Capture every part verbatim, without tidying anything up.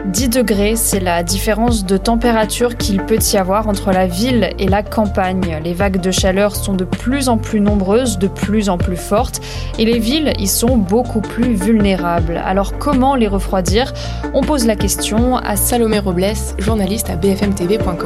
dix degrés, c'est la différence de température qu'il peut y avoir entre la ville et la campagne. Les vagues de chaleur sont de plus en plus nombreuses, de plus en plus fortes, et les villes y sont beaucoup plus vulnérables. Alors comment les refroidir ? On pose la question à Salomé Robles, journaliste à b f m t v point com.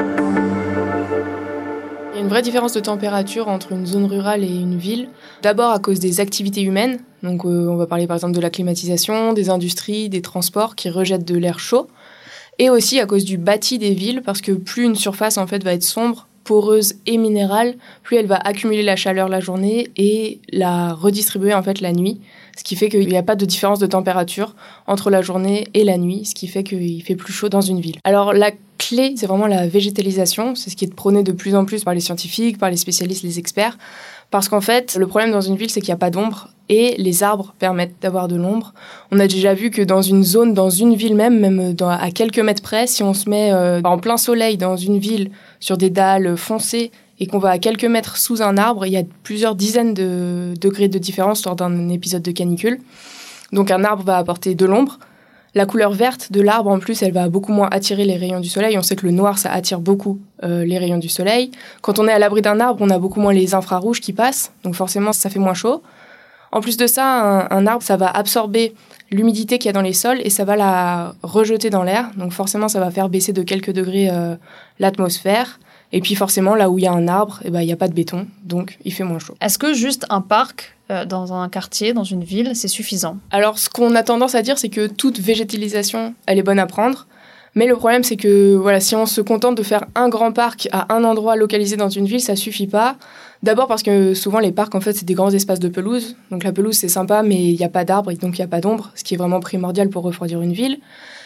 Il y a une vraie différence de température entre une zone rurale et une ville. D'abord à cause des activités humaines. Donc euh, on va parler par exemple de la climatisation, des industries, des transports qui rejettent de l'air chaud. Et aussi à cause du bâti des villes, parce que plus une surface en fait va être sombre, poreuse et minérale, plus elle va accumuler la chaleur la journée et la redistribuer en fait la nuit. Ce qui fait qu'il n'y a pas de différence de température entre la journée et la nuit, ce qui fait qu'il fait plus chaud dans une ville. Alors la clé, c'est vraiment la végétalisation, c'est ce qui est prôné de plus en plus par les scientifiques, par les spécialistes, les experts, parce qu'en fait, le problème dans une ville, c'est qu'il n'y a pas d'ombre, et les arbres permettent d'avoir de l'ombre. On a déjà vu que dans une zone, dans une ville même, même dans, à quelques mètres près, si on se met euh, en plein soleil dans une ville, sur des dalles foncées, et qu'on va à quelques mètres sous un arbre, il y a plusieurs dizaines de degrés de différence lors d'un épisode de canicule. Donc un arbre va apporter de l'ombre. La couleur verte de l'arbre, en plus, elle va beaucoup moins attirer les rayons du soleil. On sait que le noir, ça attire beaucoup euh, les rayons du soleil. Quand on est à l'abri d'un arbre, on a beaucoup moins les infrarouges qui passent. Donc forcément, ça fait moins chaud. En plus de ça, un, un arbre, ça va absorber l'humidité qu'il y a dans les sols et ça va la rejeter dans l'air. Donc forcément, ça va faire baisser de quelques degrés euh, l'atmosphère. Et puis forcément, là où il y a un arbre, eh ben, il n'y a pas de béton, donc il fait moins chaud. Est-ce que juste un parc euh, dans un quartier, dans une ville, c'est suffisant ? Alors, ce qu'on a tendance à dire, c'est que toute végétalisation, elle est bonne à prendre. Mais le problème, c'est que voilà, si on se contente de faire un grand parc à un endroit localisé dans une ville, ça suffit pas. D'abord parce que souvent, les parcs, en fait, c'est des grands espaces de pelouse. Donc la pelouse, c'est sympa, mais il n'y a pas d'arbres et donc il n'y a pas d'ombre, ce qui est vraiment primordial pour refroidir une ville.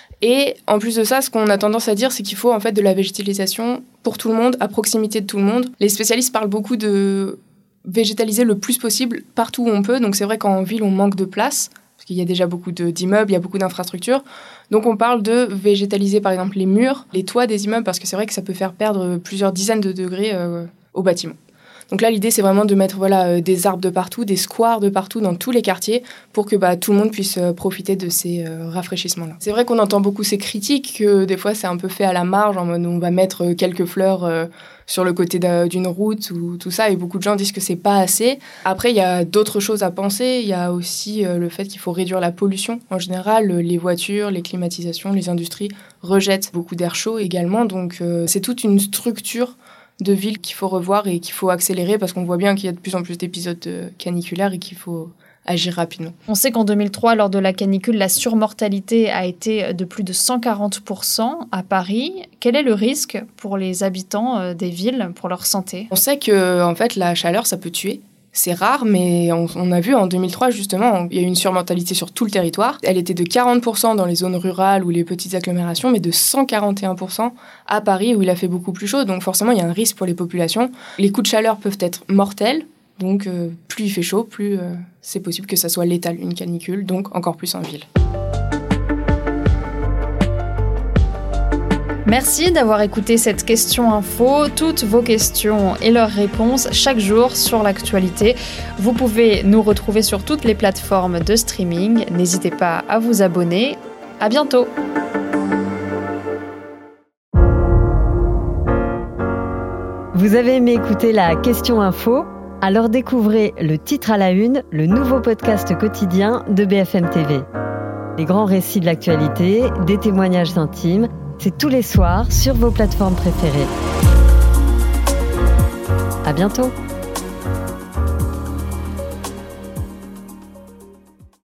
Et en plus de ça, ce qu'on a tendance à dire, c'est qu'il faut en fait de la végétalisation pour tout le monde, à proximité de tout le monde. Les spécialistes parlent beaucoup de végétaliser le plus possible partout où on peut. Donc c'est vrai qu'en ville, on manque de place, parce qu'il y a déjà beaucoup de, d'immeubles, il y a beaucoup d'infrastructures. Donc on parle de végétaliser par exemple les murs, les toits des immeubles, parce que c'est vrai que ça peut faire perdre plusieurs dizaines de degrés euh, au bâtiment. Donc là, l'idée, c'est vraiment de mettre voilà, euh, des arbres de partout, des squares de partout, dans tous les quartiers, pour que bah, tout le monde puisse euh, profiter de ces euh, rafraîchissements-là. C'est vrai qu'on entend beaucoup ces critiques, que des fois, c'est un peu fait à la marge, en mode on va mettre euh, quelques fleurs euh, sur le côté d'une route ou tout ça, et beaucoup de gens disent que c'est pas assez. Après, il y a d'autres choses à penser. Il y a aussi euh, le fait qu'il faut réduire la pollution. En général, les voitures, les climatisations, les industries rejettent beaucoup d'air chaud également. Donc, euh, c'est toute une structure de ville qu'il faut revoir et qu'il faut accélérer parce qu'on voit bien qu'il y a de plus en plus d'épisodes caniculaires et qu'il faut agir rapidement. On sait qu'en deux mille trois, lors de la canicule, la surmortalité a été de plus de cent quarante pour cent à Paris. Quel est le risque pour les habitants des villes, pour leur santé ? On sait que en fait, la chaleur, ça peut tuer. C'est rare, mais on, on a vu en deux mille trois, justement, il y a eu une surmortalité sur tout le territoire. Elle était de quarante pour cent dans les zones rurales ou les petites agglomérations, mais de cent quarante et un pour cent à Paris, où il a fait beaucoup plus chaud. Donc forcément, il y a un risque pour les populations. Les coups de chaleur peuvent être mortels. Donc euh, plus il fait chaud, plus euh, c'est possible que ça soit létal, une canicule, donc encore plus en ville. Merci d'avoir écouté cette question info. Toutes vos questions et leurs réponses chaque jour sur l'actualité. Vous pouvez nous retrouver sur toutes les plateformes de streaming. N'hésitez pas à vous abonner. À bientôt. Vous avez aimé écouter la question info ? Alors découvrez le titre à la une, le nouveau podcast quotidien de B F M T V. Les grands récits de l'actualité, des témoignages intimes, c'est tous les soirs sur vos plateformes préférées. À bientôt.